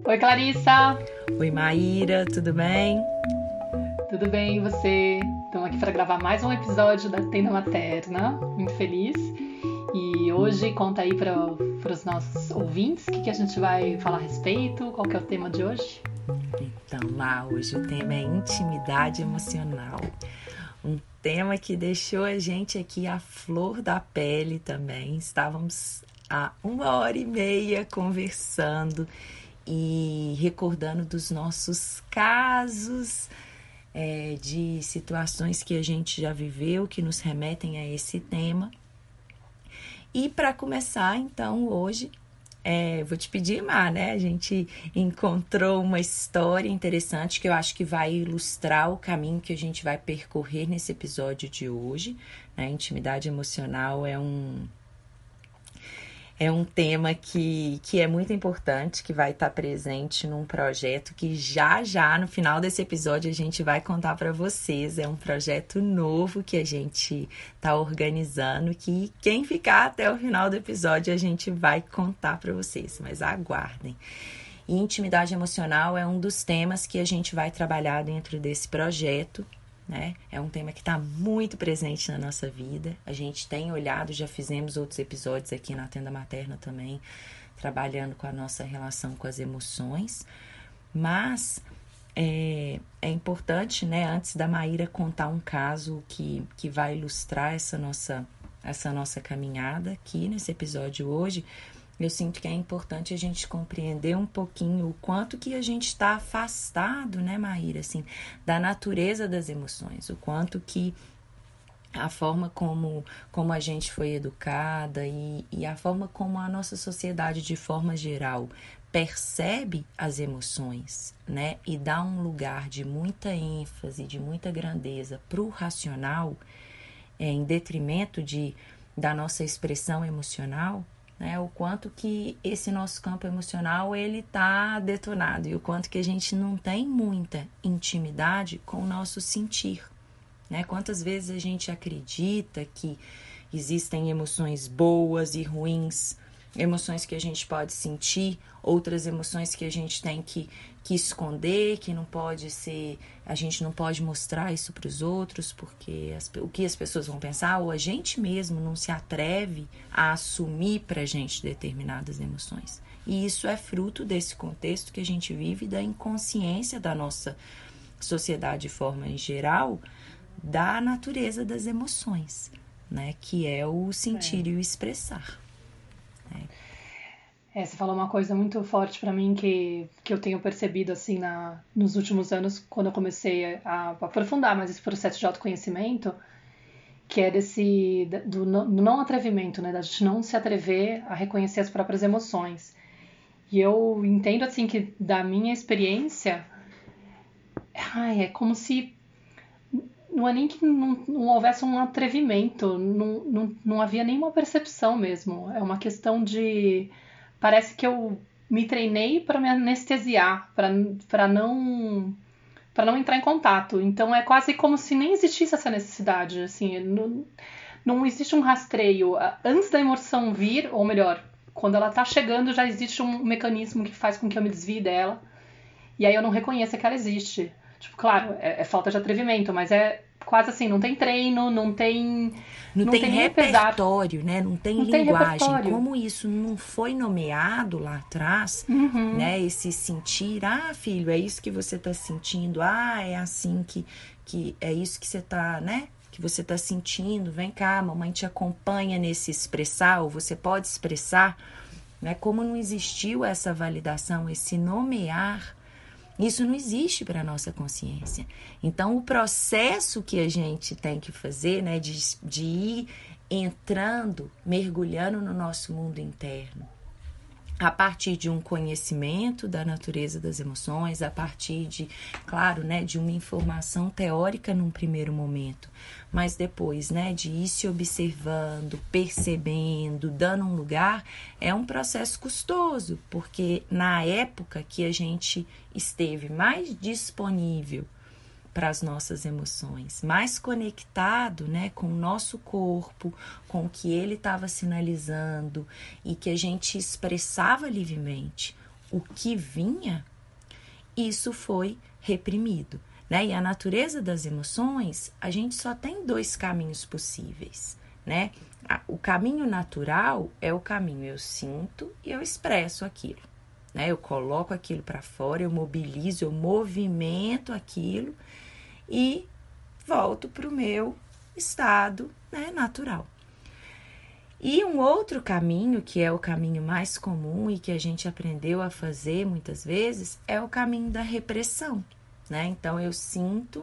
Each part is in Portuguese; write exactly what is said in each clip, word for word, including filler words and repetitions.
Oi, Clarissa! Oi, Maíra, tudo bem? Tudo bem, e você? Estamos aqui para gravar mais um episódio da Tenda Materna. Muito feliz. E hoje conta aí para os nossos ouvintes o que, que a gente vai falar a respeito, qual que é o tema de hoje. Então, lá, hoje o tema é intimidade emocional. Um tema que deixou a gente aqui à flor da pele também. Estávamos há uma hora e meia conversando e recordando dos nossos casos, é, de situações que a gente já viveu, que nos remetem a esse tema. E para começar, então, hoje, é, vou te pedir, Mar, né? A gente encontrou uma história interessante que eu acho que vai ilustrar o caminho que a gente vai percorrer nesse episódio de hoje. Né? Intimidade emocional é um... É um tema que, que é muito importante, que vai estar presente num projeto que já já no final desse episódio a gente vai contar para vocês. É um projeto novo que a gente está organizando, que quem ficar até o final do episódio a gente vai contar para vocês, mas aguardem. E intimidade emocional é um dos temas que a gente vai trabalhar dentro desse projeto. Né? É um tema que está muito presente na nossa vida. A gente tem olhado, já fizemos outros episódios aqui na Tenda Materna também, trabalhando com a nossa relação com as emoções. Mas é, é importante, né, antes da Maíra contar um caso que, que vai ilustrar essa nossa, essa nossa caminhada aqui nesse episódio hoje, eu sinto que é importante a gente compreender um pouquinho o quanto que a gente está afastado, né, Maíra, assim, da natureza das emoções, o quanto que a forma como, como a gente foi educada e, e a forma como a nossa sociedade, de forma geral, percebe as emoções, né, e dá um lugar de muita ênfase, de muita grandeza para o racional, é, em detrimento de, da nossa expressão emocional. Né, o quanto que esse nosso campo emocional ele está detonado e o quanto que a gente não tem muita intimidade com o nosso sentir. Né? Quantas vezes a gente acredita que existem emoções boas e ruins, emoções que a gente pode sentir, outras emoções que a gente tem que, que esconder, que não pode ser, a gente não pode mostrar isso para os outros, porque as, o que as pessoas vão pensar, ou a gente mesmo não se atreve a assumir para a gente determinadas emoções. E isso é fruto desse contexto que a gente vive, da inconsciência da nossa sociedade de forma em geral, da natureza das emoções, né? Que é o sentir é. e o expressar. É, você falou uma coisa muito forte para mim que, que eu tenho percebido assim na, nos últimos anos, quando eu comecei a, a aprofundar mais esse processo de autoconhecimento, que é desse do, do não atrevimento, né, da gente não se atrever a reconhecer as próprias emoções. E eu entendo assim que da minha experiência, ai, é como se não é nem que não, não houvesse um atrevimento, não, não, não havia nenhuma percepção mesmo. É uma questão de... Parece que eu me treinei para me anestesiar, para não, para não entrar em contato. Então é quase como se nem existisse essa necessidade. Assim, não, não existe um rastreio. Antes da emoção vir, ou melhor, quando ela está chegando, já existe um mecanismo que faz com que eu me desvie dela. E aí eu não reconheço que ela existe. Tipo, claro, é, é falta de atrevimento, mas é quase assim, não tem treino, não tem... Não, não tem, tem repertório, né? Não tem não linguagem. Tem Como isso não foi nomeado lá atrás, uhum. né? Esse sentir, ah, filho, é isso que você tá sentindo, ah, é assim que, que é isso que você tá, né? Que você tá sentindo, vem cá, mamãe te acompanha nesse expressar, ou você pode expressar, né? Como não existiu essa validação, esse nomear, isso não existe para a nossa consciência. Então, o processo que a gente tem que fazer, né, de, de ir entrando, mergulhando no nosso mundo interno, a partir de um conhecimento da natureza das emoções, a partir de, claro, né, de uma informação teórica num primeiro momento, mas depois, né, de ir se observando, percebendo, dando um lugar, é um processo custoso, porque na época que a gente esteve mais disponível para as nossas emoções, mais conectado, né, com o nosso corpo, com o que ele estava sinalizando e que a gente expressava livremente o que vinha, isso foi reprimido, né? E a natureza das emoções, a gente só tem dois caminhos possíveis, né? O caminho natural é o caminho eu sinto e eu expresso aquilo, né? Eu coloco aquilo para fora, eu mobilizo, eu movimento aquilo e volto para o meu estado, né, natural. E um outro caminho, que é o caminho mais comum e que a gente aprendeu a fazer muitas vezes, é o caminho da repressão, né? Então, eu sinto,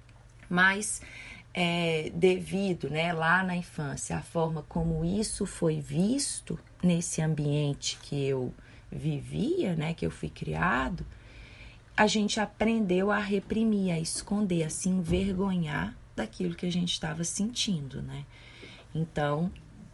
mas é, devido, né, lá na infância, a forma como isso foi visto nesse ambiente que eu vivia, né, que eu fui criado, a gente aprendeu a reprimir, a esconder, a se envergonhar daquilo que a gente estava sentindo, né? Então,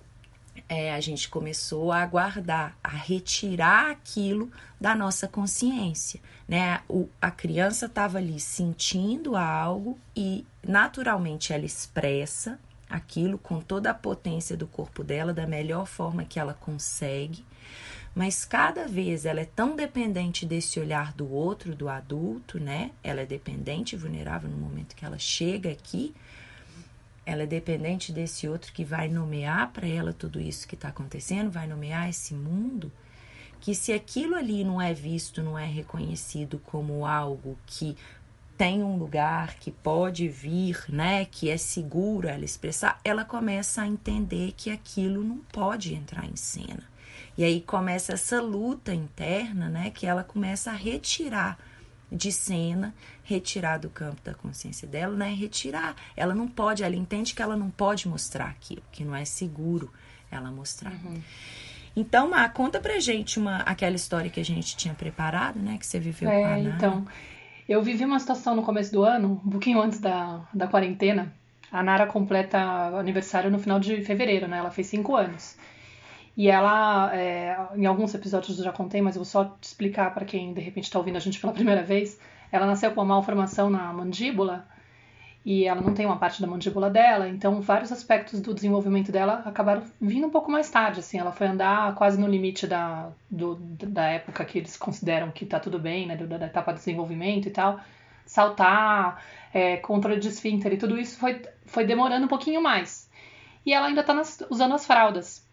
É, a gente começou a guardar, a retirar aquilo da nossa consciência, né? O, a criança estava ali sentindo algo e naturalmente ela expressa aquilo com toda a potência do corpo dela, da melhor forma que ela consegue, mas cada vez ela é tão dependente desse olhar do outro, do adulto, né? Ela é dependente e vulnerável no momento que ela chega aqui. Ela é dependente desse outro que vai nomear para ela tudo isso que está acontecendo, vai nomear esse mundo, que se aquilo ali não é visto, não é reconhecido como algo que tem um lugar, que pode vir, né, que é seguro ela expressar, ela começa a entender que aquilo não pode entrar em cena. E aí começa essa luta interna, né, que ela começa a retirar de cena, retirar do campo da consciência dela, né? Retirar. Ela não pode, ela entende que ela não pode mostrar aquilo, que não é seguro ela mostrar. Uhum. Então, Má, conta pra gente uma, aquela história que a gente tinha preparado, né? Que você viveu é, com a Nara. Então, eu vivi uma situação no começo do ano, um pouquinho antes da, da quarentena. A Nara completa aniversário no final de fevereiro, né? Ela fez cinco anos. E ela, é, em alguns episódios eu já contei, mas eu vou só te explicar para quem de repente está ouvindo a gente pela primeira vez. Ela nasceu com uma malformação na mandíbula e ela não tem uma parte da mandíbula dela, então vários aspectos do desenvolvimento dela acabaram vindo um pouco mais tarde, assim. Ela foi andar quase no limite da, do, da época que eles consideram que tá tudo bem, né, da etapa de desenvolvimento e tal. Saltar, é, controle de esfíncter e tudo isso foi, foi demorando um pouquinho mais. E ela ainda tá nas, usando as fraldas.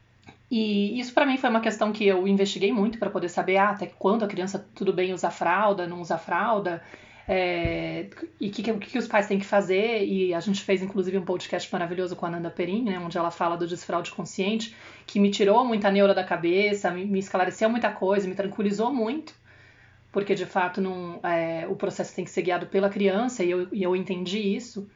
E isso pra mim foi uma questão que eu investiguei muito para poder saber ah, até quando a criança tudo bem usar fralda, não usar fralda, é, e o que, que, que os pais têm que fazer. E a gente fez inclusive um podcast maravilhoso com a Nanda Perin, né, onde ela fala do desfraude consciente, que me tirou muita neura da cabeça, me, me esclareceu muita coisa, me tranquilizou muito, porque de fato não, é, o processo tem que ser guiado pela criança e eu, e eu entendi isso.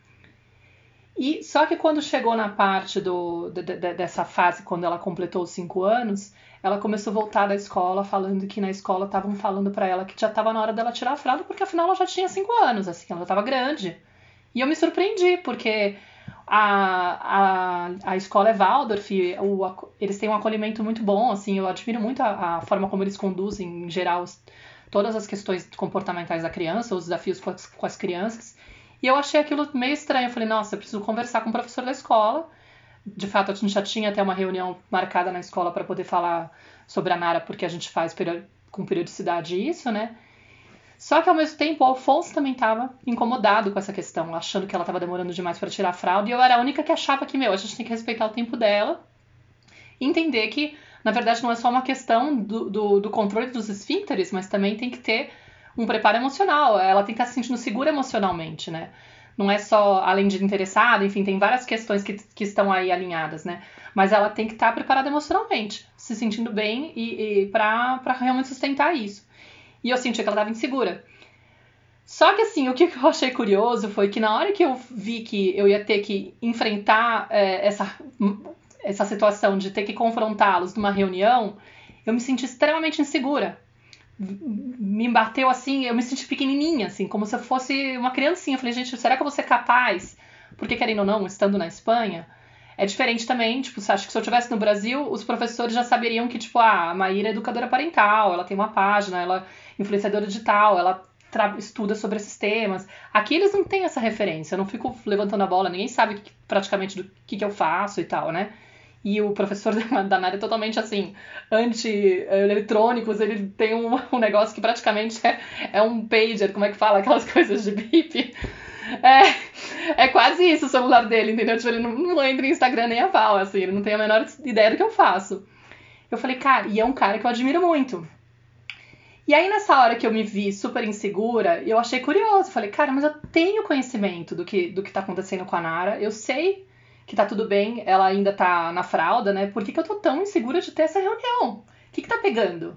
E só que quando chegou na parte do, de, de, dessa fase, quando ela completou os cinco anos, ela começou a voltar da escola falando que na escola estavam falando pra ela que já estava na hora dela tirar a fralda, porque afinal ela já tinha cinco anos, assim, ela já estava grande. E eu me surpreendi, porque a, a, a escola é Waldorf, o, eles têm um acolhimento muito bom, assim, eu admiro muito a, a forma como eles conduzem, em geral, os, todas as questões comportamentais da criança, os desafios com as, com as crianças. E eu achei aquilo meio estranho. Eu falei, nossa, eu preciso conversar com o professor da escola. De fato, a gente já tinha até uma reunião marcada na escola para poder falar sobre a Nara, porque a gente faz period... com periodicidade isso, né? Só que, ao mesmo tempo, o Alfonso também estava incomodado com essa questão, achando que ela estava demorando demais para tirar a fralda. E eu era a única que achava que, meu, a gente tem que respeitar o tempo dela e entender que, na verdade, não é só uma questão do, do, do controle dos esfíncteres, mas também tem que ter um preparo emocional, ela tem que estar se sentindo segura emocionalmente, né? Não é só, além de interessada, enfim, tem várias questões que, que estão aí alinhadas, né? Mas ela tem que estar preparada emocionalmente, se sentindo bem e, e pra, pra realmente sustentar isso. E eu senti que ela estava insegura. Só que, assim, o que eu achei curioso foi que na hora que eu vi que eu ia ter que enfrentar é, essa, essa situação de ter que confrontá-los numa reunião, eu me senti extremamente insegura. Me bateu assim, eu me senti pequenininha, assim, como se eu fosse uma criancinha. Eu falei, gente, será que eu vou ser capaz? Porque, querendo ou não, estando na Espanha, é diferente também, tipo, você acha que se eu estivesse no Brasil, os professores já saberiam que, tipo, ah, a Maíra é educadora parental, ela tem uma página, ela é influenciadora digital, ela tra- estuda sobre esses temas. Aqui eles não têm essa referência, eu não fico levantando a bola, ninguém sabe que, praticamente do que, que eu faço e tal, né? E o professor da Nara é totalmente assim, anti-eletrônicos, ele tem um, um negócio que praticamente é, é um pager, como é que fala? Aquelas coisas de bip. É, é quase isso o celular dele, entendeu? Tipo, ele não, não entra em Instagram nem a pau, assim, ele não tem a menor ideia do que eu faço. Eu falei, cara, e é um cara que eu admiro muito. E aí, nessa hora que eu me vi super insegura, eu achei curioso. Falei, cara, mas eu tenho conhecimento do que, do que tá acontecendo com a Nara, eu sei que tá tudo bem, ela ainda tá na fralda, né? Por que, que eu tô tão insegura de ter essa reunião? O que que tá pegando?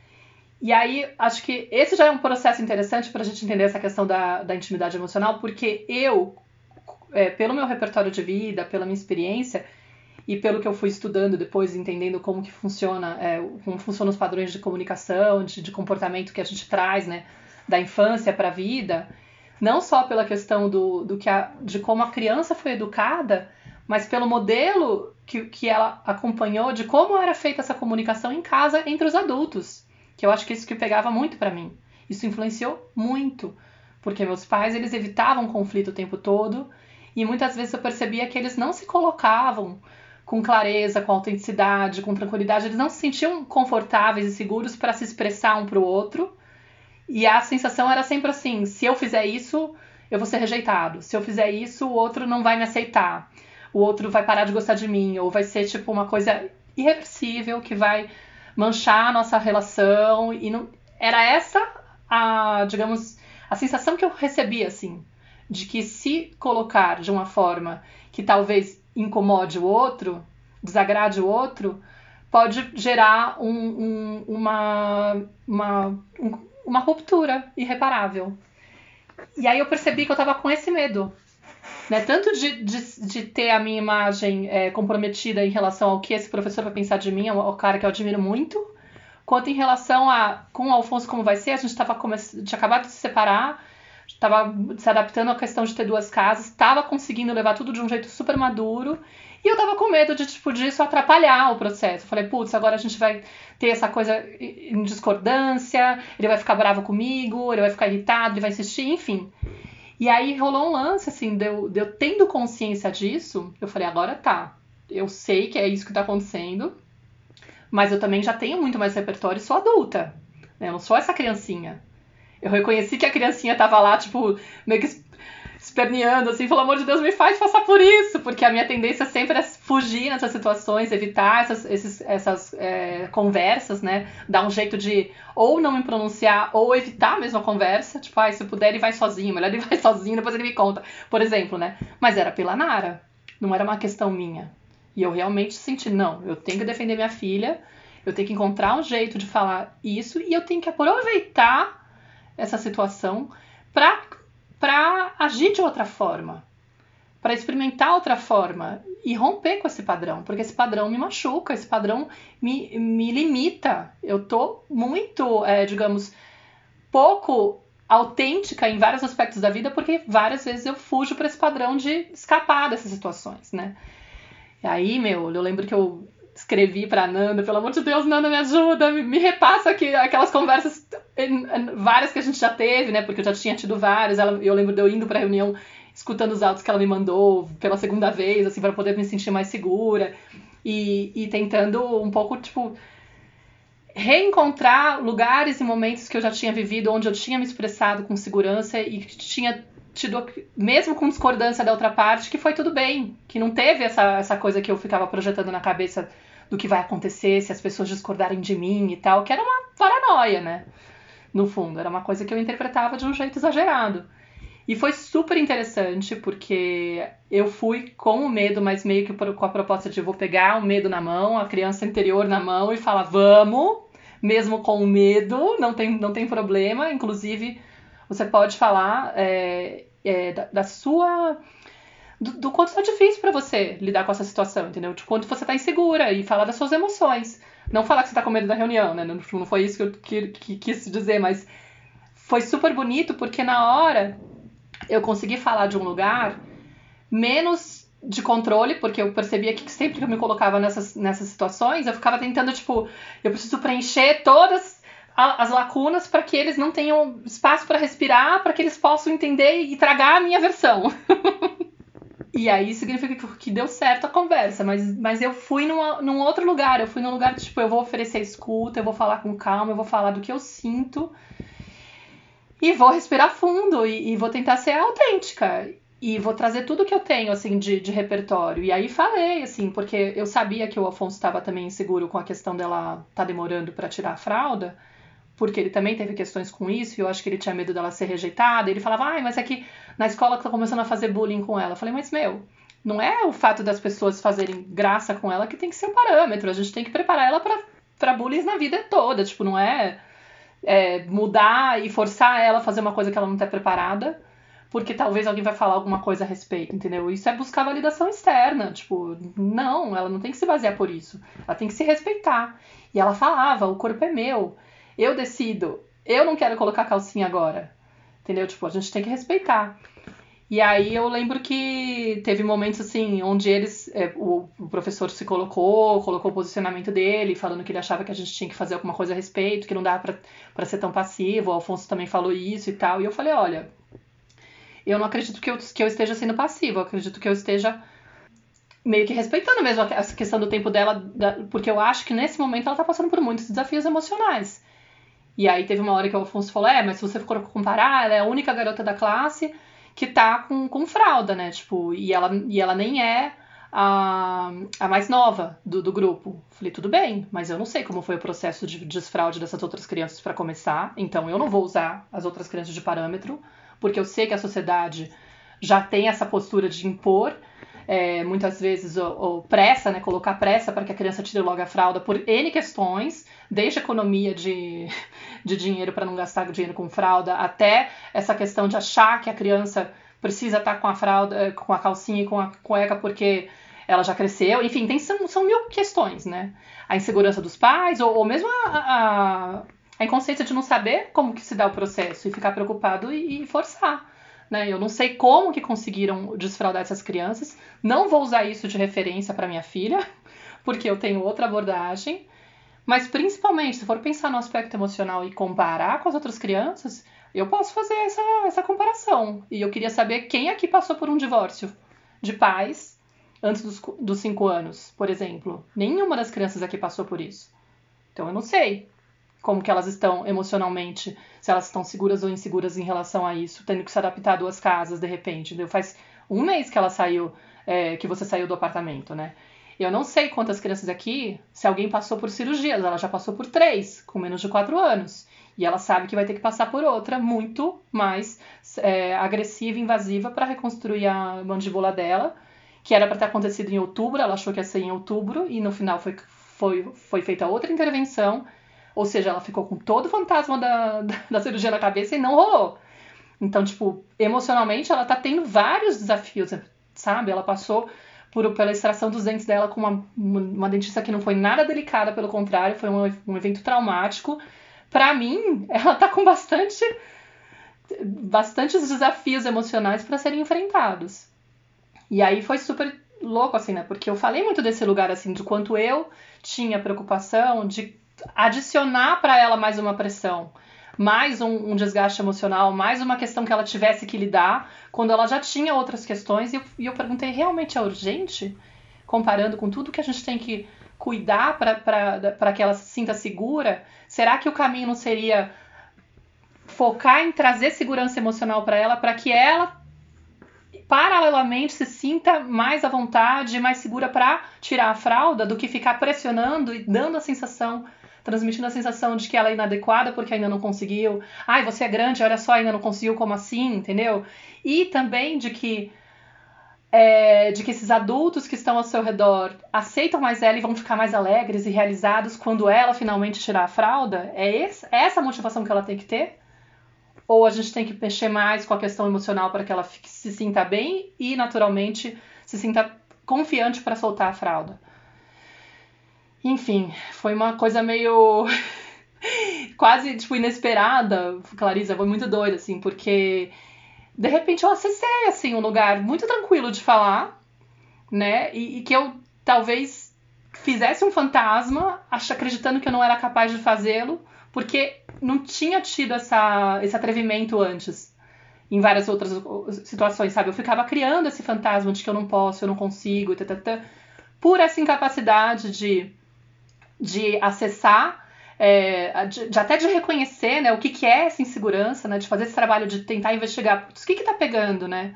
E aí, acho que esse já é um processo interessante pra gente entender essa questão da, da intimidade emocional, porque eu, é, pelo meu repertório de vida, pela minha experiência, e pelo que eu fui estudando depois, entendendo como que funciona, é, como funcionam os padrões de comunicação, de, de comportamento que a gente traz, né, da infância pra vida, não só pela questão do, do que a, de como a criança foi educada, mas pelo modelo que, que ela acompanhou de como era feita essa comunicação em casa entre os adultos. Que eu acho que isso que pegava muito pra mim. Isso influenciou muito. Porque meus pais, eles evitavam conflito o tempo todo. E muitas vezes eu percebia que eles não se colocavam com clareza, com autenticidade, com tranquilidade. Eles não se sentiam confortáveis e seguros para se expressar um pro outro. E a sensação era sempre assim, se eu fizer isso, eu vou ser rejeitado. Se eu fizer isso, o outro não vai me aceitar. O outro vai parar de gostar de mim, ou vai ser tipo uma coisa irreversível que vai manchar a nossa relação. E não... Era essa a, digamos, a sensação que eu recebia, assim, de que se colocar de uma forma que talvez incomode o outro, desagrade o outro, pode gerar um, um, uma, uma, um, uma ruptura irreparável. E aí eu percebi que eu estava com esse medo. Né? Tanto de, de, de ter a minha imagem é, comprometida em relação ao que esse professor vai pensar de mim, é um cara que eu admiro muito, quanto em relação a, com o Alfonso, como vai ser, a gente estava come... tinha acabado de se separar, estava se adaptando à questão de ter duas casas, estava conseguindo levar tudo de um jeito super maduro, e eu estava com medo de, tipo, disso atrapalhar o processo. Eu falei, putz, agora a gente vai ter essa coisa em discordância, ele vai ficar bravo comigo, ele vai ficar irritado, ele vai insistir, enfim... E aí rolou um lance, assim, de eu, de eu tendo consciência disso, eu falei, agora tá, eu sei que é isso que tá acontecendo, mas eu também já tenho muito mais repertório e sou adulta, né? Eu não sou essa criancinha. Eu reconheci que a criancinha tava lá, tipo, meio que esperneando, assim, pelo amor de Deus, me faz passar por isso, porque a minha tendência sempre é fugir nessas situações, evitar essas, esses, essas é, conversas, né, dar um jeito de ou não me pronunciar, ou evitar mesmo a conversa, tipo, ah, se eu puder ele vai sozinho, melhor ele vai sozinho, depois ele me conta, por exemplo, né, mas era pela Nara, não era uma questão minha, e eu realmente senti, não, eu tenho que defender minha filha, eu tenho que encontrar um jeito de falar isso, e eu tenho que aproveitar essa situação pra para agir de outra forma, para experimentar outra forma e romper com esse padrão, porque esse padrão me machuca, esse padrão me, me limita. Eu tô muito, é, digamos, pouco autêntica em vários aspectos da vida, porque várias vezes eu fujo para esse padrão de escapar dessas situações, né? E aí, meu, eu lembro que eu escrevi pra Nanda, pelo amor de Deus, Nanda, me ajuda, me, me repassa aqui, aquelas conversas, várias que a gente já teve, né, porque eu já tinha tido várias, ela, eu lembro de eu indo pra reunião, escutando os áudios que ela me mandou pela segunda vez, assim, pra poder me sentir mais segura, e, e tentando um pouco, tipo, reencontrar lugares e momentos que eu já tinha vivido, onde eu tinha me expressado com segurança e que tinha tido, mesmo com discordância da outra parte, que foi tudo bem, que não teve essa, essa coisa que eu ficava projetando na cabeça do que vai acontecer se as pessoas discordarem de mim e tal, que era uma paranoia, né? No fundo, era uma coisa que eu interpretava de um jeito exagerado. E foi super interessante, porque eu fui com o medo, mas meio que com a proposta de eu vou pegar o medo na mão, a criança interior na mão e falar, vamos, mesmo com o medo, não tem, não tem problema, inclusive você pode falar é, é, da, da sua... Do, do quanto tá difícil pra você lidar com essa situação, entendeu? De quanto você tá insegura e falar das suas emoções. Não falar que você tá com medo da reunião, né? Não, não foi isso que eu que, que quis dizer, mas foi super bonito porque na hora eu consegui falar de um lugar menos de controle, porque eu percebia que sempre que eu me colocava nessas, nessas situações, eu ficava tentando, tipo, eu preciso preencher todas as lacunas para que eles não tenham espaço para respirar, para que eles possam entender e tragar a minha versão. E aí significa que, que deu certo a conversa, mas, mas eu fui numa, num outro lugar, eu fui num lugar, tipo, eu vou oferecer escuta, eu vou falar com calma, eu vou falar do que eu sinto, e vou respirar fundo, e, e vou tentar ser autêntica, e vou trazer tudo que eu tenho, assim, de, de repertório. E aí falei, assim, porque eu sabia que o Afonso estava também inseguro com a questão dela tá demorando para tirar a fralda, porque ele também teve questões com isso, e eu acho que ele tinha medo dela ser rejeitada. Ele falava, ai, mas é que na escola tá começando a fazer bullying com ela. Eu falei, mas, meu, não é o fato das pessoas fazerem graça com ela que tem que ser o parâmetro. A gente tem que preparar ela pra, pra bullying na vida toda. Tipo, não é, é mudar e forçar ela a fazer uma coisa que ela não tá preparada, porque talvez alguém vai falar alguma coisa a respeito, entendeu? Isso é buscar validação externa. Tipo, não, ela não tem que se basear por isso. Ela tem que se respeitar. E ela falava, o corpo é meu. Eu decido, eu não quero colocar calcinha agora, entendeu? Tipo, a gente tem que respeitar. E aí eu lembro que teve momentos assim, onde eles, é, o, o professor se colocou, colocou o posicionamento dele, falando que ele achava que a gente tinha que fazer alguma coisa a respeito, que não dava pra, pra ser tão passivo, o Alfonso também falou isso e tal, e eu falei, olha, eu não acredito que eu, que eu esteja sendo passivo, eu acredito que eu esteja meio que respeitando mesmo essa questão do tempo dela, porque eu acho que nesse momento ela tá passando por muitos desafios emocionais. E aí teve uma hora que o Afonso falou, é, mas se você for comparar, ela é a única garota da classe que tá com, com fralda, né? Tipo, e ela, e ela nem é a, a mais nova do, do grupo. Falei, tudo bem, mas eu não sei como foi o processo de desfraude dessas outras crianças para começar, então eu não vou usar as outras crianças de parâmetro, porque eu sei que a sociedade já tem essa postura de impor, é, muitas vezes, ou, ou pressa, né? Colocar pressa para que a criança tire logo a fralda por N questões, desde a economia de, de dinheiro para não gastar dinheiro com fralda, até essa questão de achar que a criança precisa estar com a fralda, com a calcinha e com a cueca porque ela já cresceu. Enfim, tem, são, são mil questões, né? A insegurança dos pais, ou, ou mesmo a, a, a inconsciência de não saber como que se dá o processo e ficar preocupado e, e forçar. Né? Eu não sei como que conseguiram desfraldar essas crianças. Não vou usar isso de referência para minha filha, porque eu tenho outra abordagem. Mas principalmente, se for pensar no aspecto emocional e comparar com as outras crianças, eu posso fazer essa, essa comparação. E eu queria saber quem aqui passou por um divórcio de pais antes dos, dos cinco anos, por exemplo. Nenhuma das crianças aqui passou por isso. Então eu não sei como que elas estão emocionalmente, se elas estão seguras ou inseguras em relação a isso, tendo que se adaptar a duas casas de repente. Entendeu? Faz um mês que ela saiu, é, que você saiu do apartamento, né? Eu não sei quantas crianças aqui, se alguém passou por cirurgias, ela já passou por três, com menos de quatro anos. E ela sabe que vai ter que passar por outra, muito mais é, agressiva e invasiva para reconstruir a mandíbula dela, que era para ter acontecido em outubro, ela achou que ia ser em outubro, e no final foi, foi, foi feita outra intervenção, ou seja, ela ficou com todo o fantasma da, da, da cirurgia na cabeça e não rolou. Então, tipo, emocionalmente ela tá tendo vários desafios, sabe? Ela passou por, pela extração dos dentes dela com uma, uma dentista que não foi nada delicada, pelo contrário, foi um, um evento traumático. Pra mim, ela tá com bastante, bastantes desafios emocionais para serem enfrentados. E aí foi super louco, assim, né? Porque eu falei muito desse lugar, assim, de quanto eu tinha preocupação de adicionar para ela mais uma pressão, mais um, um desgaste emocional, mais uma questão que ela tivesse que lidar, quando ela já tinha outras questões. E eu, e eu perguntei, realmente é urgente? Comparando com tudo que a gente tem que cuidar para que ela se sinta segura, será que o caminho não seria focar em trazer segurança emocional para ela, para que ela, paralelamente, se sinta mais à vontade, mais segura para tirar a fralda, do que ficar pressionando e dando a sensação, transmitindo a sensação de que ela é inadequada porque ainda não conseguiu. Ai, você é grande, olha só, ainda não conseguiu, como assim, entendeu? E também de que É, de que esses adultos que estão ao seu redor aceitam mais ela e vão ficar mais alegres e realizados quando ela finalmente tirar a fralda? É, esse, é essa a motivação que ela tem que ter? Ou a gente tem que mexer mais com a questão emocional para que ela fique, se sinta bem e, naturalmente, se sinta confiante para soltar a fralda? Enfim, foi uma coisa meio quase tipo inesperada, Clarisa, foi muito doida, assim, porque de repente eu acessei, assim, um lugar muito tranquilo de falar, né? E, e que eu talvez fizesse um fantasma, ach, acreditando que eu não era capaz de fazê-lo, porque não tinha tido essa, esse atrevimento antes. em várias outras situações, sabe? Eu ficava criando esse fantasma de que eu não posso, eu não consigo, tatatã, por essa incapacidade de, de acessar, é, de, de até de reconhecer, né, o que, que é essa insegurança, né, de fazer esse trabalho de tentar investigar o que que tá pegando, né?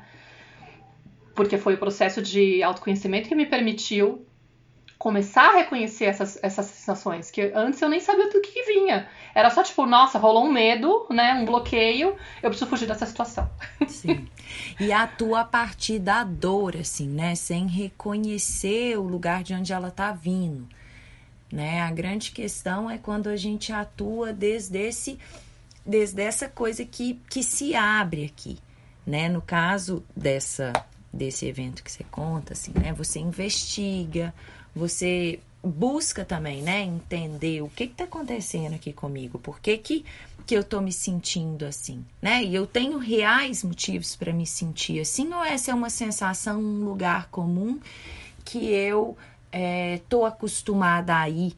Porque foi o processo de autoconhecimento que me permitiu começar a reconhecer essas, essas sensações, que antes eu nem sabia do que, que vinha. Era só tipo, nossa, rolou um medo, né, um bloqueio, eu preciso fugir dessa situação. Sim. E atua a partir da dor, assim, né, sem reconhecer o lugar de onde ela tá vindo, né? A grande questão é quando a gente atua desde esse, desde essa coisa que, que se abre aqui, né? No caso dessa, desse evento que você conta, assim, né, você investiga, você busca também, né, entender o que está acontecendo aqui comigo, por que, que, que eu estou me sentindo assim, né? E eu tenho reais motivos para me sentir assim, ou essa é uma sensação, um lugar comum que eu estou é, acostumada a ir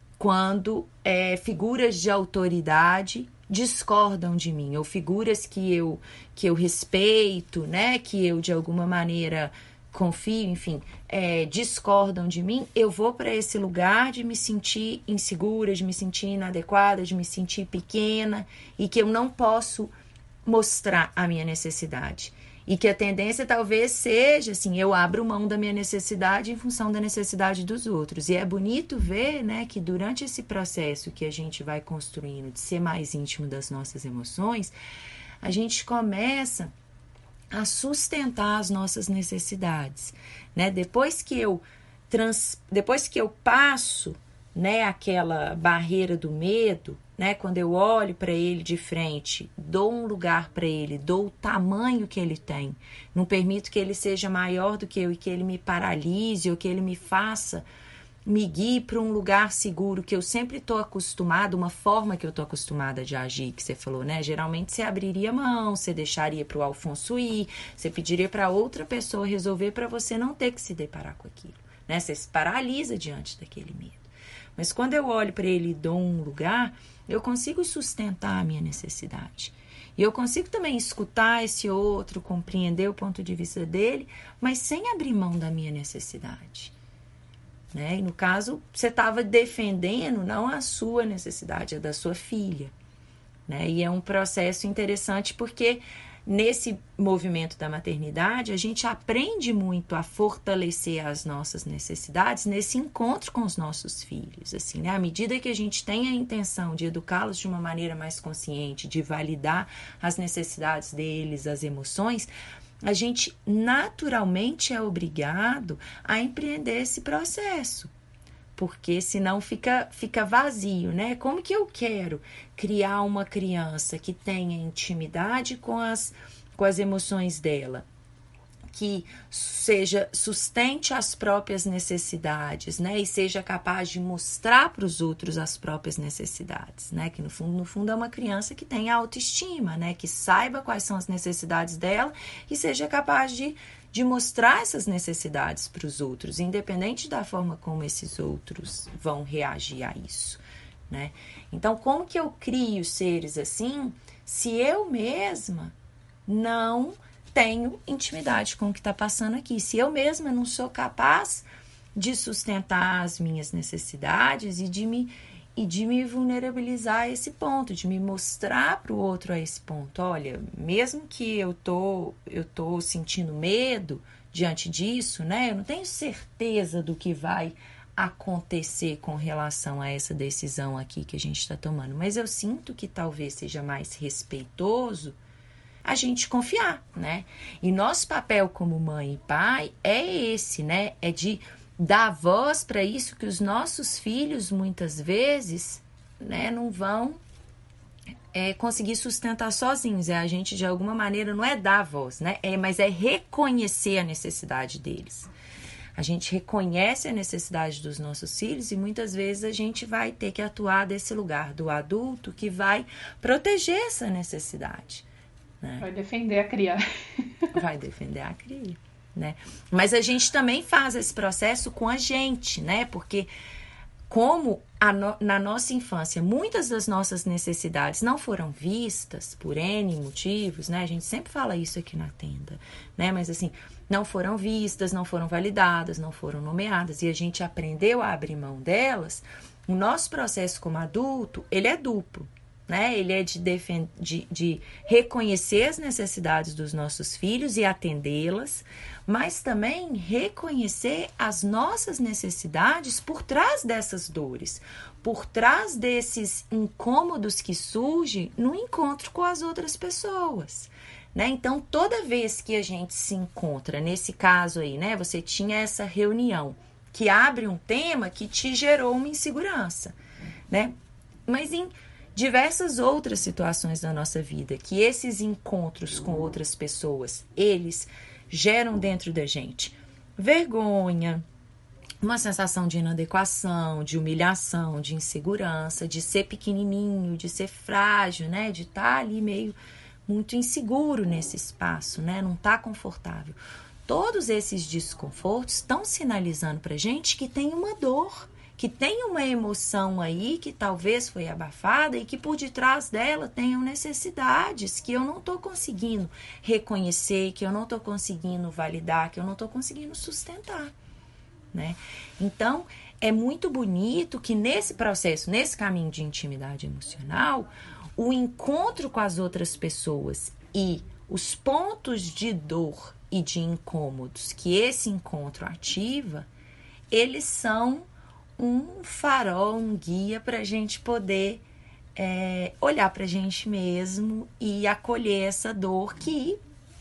quando é, figuras de autoridade discordam de mim, ou figuras que eu, que eu respeito, né, que eu de alguma maneira confio, enfim, é, discordam de mim, eu vou para esse lugar de me sentir insegura, de me sentir inadequada, de me sentir pequena e que eu não posso mostrar a minha necessidade. E que a tendência talvez seja, assim, eu abro mão da minha necessidade em função da necessidade dos outros. E é bonito ver, né, que durante esse processo que a gente vai construindo de ser mais íntimo das nossas emoções, a gente começa a sustentar as nossas necessidades, né? Depois que eu trans, depois que eu passo, né, aquela barreira do medo, né, quando eu olho para ele de frente, dou um lugar para ele, dou o tamanho que ele tem, não permito que ele seja maior do que eu e que ele me paralise ou que ele me faça me guie para um lugar seguro que eu sempre estou acostumada, uma forma que eu estou acostumada de agir, que você falou, né? Geralmente você abriria mão, você deixaria para o Alfonso ir, você pediria para outra pessoa resolver para você não ter que se deparar com aquilo, né? Você se paralisa diante daquele medo. Mas quando eu olho para ele e dou um lugar, eu consigo sustentar a minha necessidade. E eu consigo também escutar esse outro, compreender o ponto de vista dele, mas sem abrir mão da minha necessidade. Né? E no caso, você estava defendendo não a sua necessidade, a da sua filha. Né? E é um processo interessante porque nesse movimento da maternidade, a gente aprende muito a fortalecer as nossas necessidades nesse encontro com os nossos filhos. Assim, né? À medida que a gente tem a intenção de educá-los de uma maneira mais consciente, de validar as necessidades deles, as emoções, a gente naturalmente é obrigado a empreender esse processo, porque senão fica, fica vazio, né? Como que eu quero criar uma criança que tenha intimidade com as, com as emoções dela, que seja, sustente as próprias necessidades, né? E seja capaz de mostrar para os outros as próprias necessidades, né? Que no fundo, no fundo é uma criança que tenha autoestima, né? Que saiba quais são as necessidades dela e seja capaz de, de mostrar essas necessidades para os outros, independente da forma como esses outros vão reagir a isso, né? Então, como que eu crio seres assim, se eu mesma não tenho intimidade com o que está passando aqui? Se eu mesma não sou capaz de sustentar as minhas necessidades e de me, e de me vulnerabilizar a esse ponto, de me mostrar para o outro a esse ponto. Olha, mesmo que eu tô, eu tô sentindo medo diante disso, né? Eu não tenho certeza do que vai acontecer com relação a essa decisão aqui que a gente está tomando, mas eu sinto que talvez seja mais respeitoso a gente confiar, né? E nosso papel como mãe e pai é esse, né? É de dar voz para isso que os nossos filhos, muitas vezes, né, não vão é, conseguir sustentar sozinhos. É a gente, de alguma maneira, não é dar voz, né? É, mas é reconhecer a necessidade deles. A gente reconhece a necessidade dos nossos filhos e muitas vezes a gente vai ter que atuar desse lugar do adulto que vai proteger essa necessidade. Né? Vai defender a cria. Vai defender a cria, né? Mas a gente também faz esse processo com a gente, né? Porque como a no, na nossa infância muitas das nossas necessidades não foram vistas por N motivos, né? A gente sempre fala isso aqui na tenda, né? Mas assim, não foram vistas, não foram validadas, não foram nomeadas, e a gente aprendeu a abrir mão delas. O nosso processo como adulto, ele é duplo, né? Ele é de, defend... de, de reconhecer as necessidades dos nossos filhos e atendê-las, mas também reconhecer as nossas necessidades por trás dessas dores, por trás desses incômodos que surgem no encontro com as outras pessoas, né? Então, toda vez que a gente se encontra, nesse caso aí, né? Você tinha essa reunião que abre um tema que te gerou uma insegurança, né? Mas em diversas outras situações da nossa vida, que esses encontros com outras pessoas, eles geram dentro da gente vergonha, uma sensação de inadequação, de humilhação, de insegurança, de ser pequenininho, de ser frágil, né? De estar ali meio muito inseguro nesse espaço, né? Não tá confortável. Todos esses desconfortos estão sinalizando pra gente que tem uma dor, que tem uma emoção aí que talvez foi abafada e que por detrás dela tenham necessidades que eu não estou conseguindo reconhecer, que eu não estou conseguindo validar, que eu não estou conseguindo sustentar, né? Então, é muito bonito que nesse processo, nesse caminho de intimidade emocional, o encontro com as outras pessoas e os pontos de dor e de incômodos que esse encontro ativa, eles são um farol, um guia para a gente poder é, olhar para a gente mesmo e acolher essa dor que,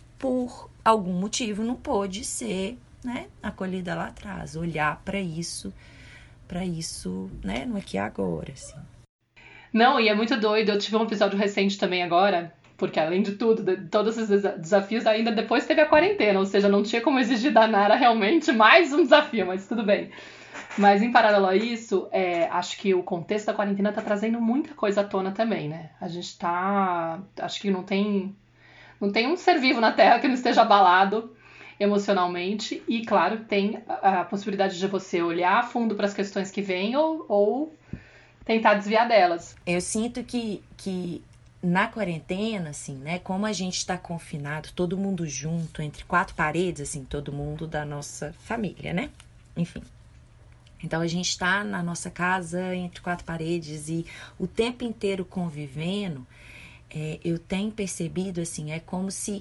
por algum motivo, não pôde ser, né, acolhida lá atrás. Olhar para isso, para isso, né, no aqui e agora, assim. Não, e é muito doido. Eu tive um episódio recente também agora, porque além de tudo, de, todos esses desafios, ainda depois teve a quarentena, ou seja, não tinha como exigir da Nara realmente mais um desafio, mas tudo bem. Mas em paralelo a isso, é, acho que o contexto da quarentena tá trazendo muita coisa à tona também, né? A gente tá... Acho que não tem, não tem um ser vivo na Terra que não esteja abalado emocionalmente. E, claro, tem a, a possibilidade de você olhar a fundo para as questões que vêm ou, ou tentar desviar delas. Eu sinto que, que na quarentena, assim, né? Como a gente tá confinado, todo mundo junto, entre quatro paredes, assim, todo mundo da nossa família, né? Enfim. Então, a gente está na nossa casa, entre quatro paredes, e o tempo inteiro convivendo, é, eu tenho percebido, assim, é como se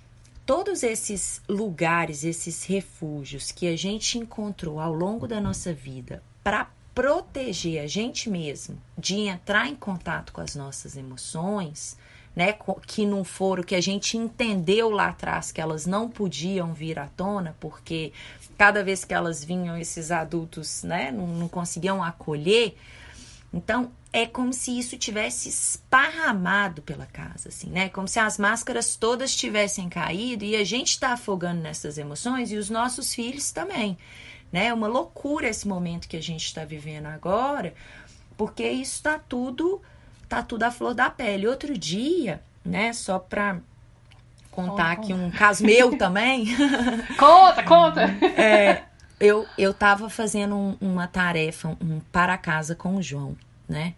todos esses lugares, esses refúgios que a gente encontrou ao longo da nossa vida para proteger a gente mesmo de entrar em contato com as nossas emoções, né, que não foram, que a gente entendeu lá atrás que elas não podiam vir à tona, porque cada vez que elas vinham, esses adultos, né, não, não conseguiam acolher. Então, é como se isso tivesse esparramado pela casa, assim, né? Como se as máscaras todas tivessem caído e a gente está afogando nessas emoções e os nossos filhos também, né? É uma loucura esse momento que a gente está vivendo agora, porque isso está tudo, tá tudo à flor da pele. Outro dia, né, só para contar aqui um caso meu também. Conta, conta! É, eu, eu tava fazendo um, uma tarefa, um para casa com o João, né?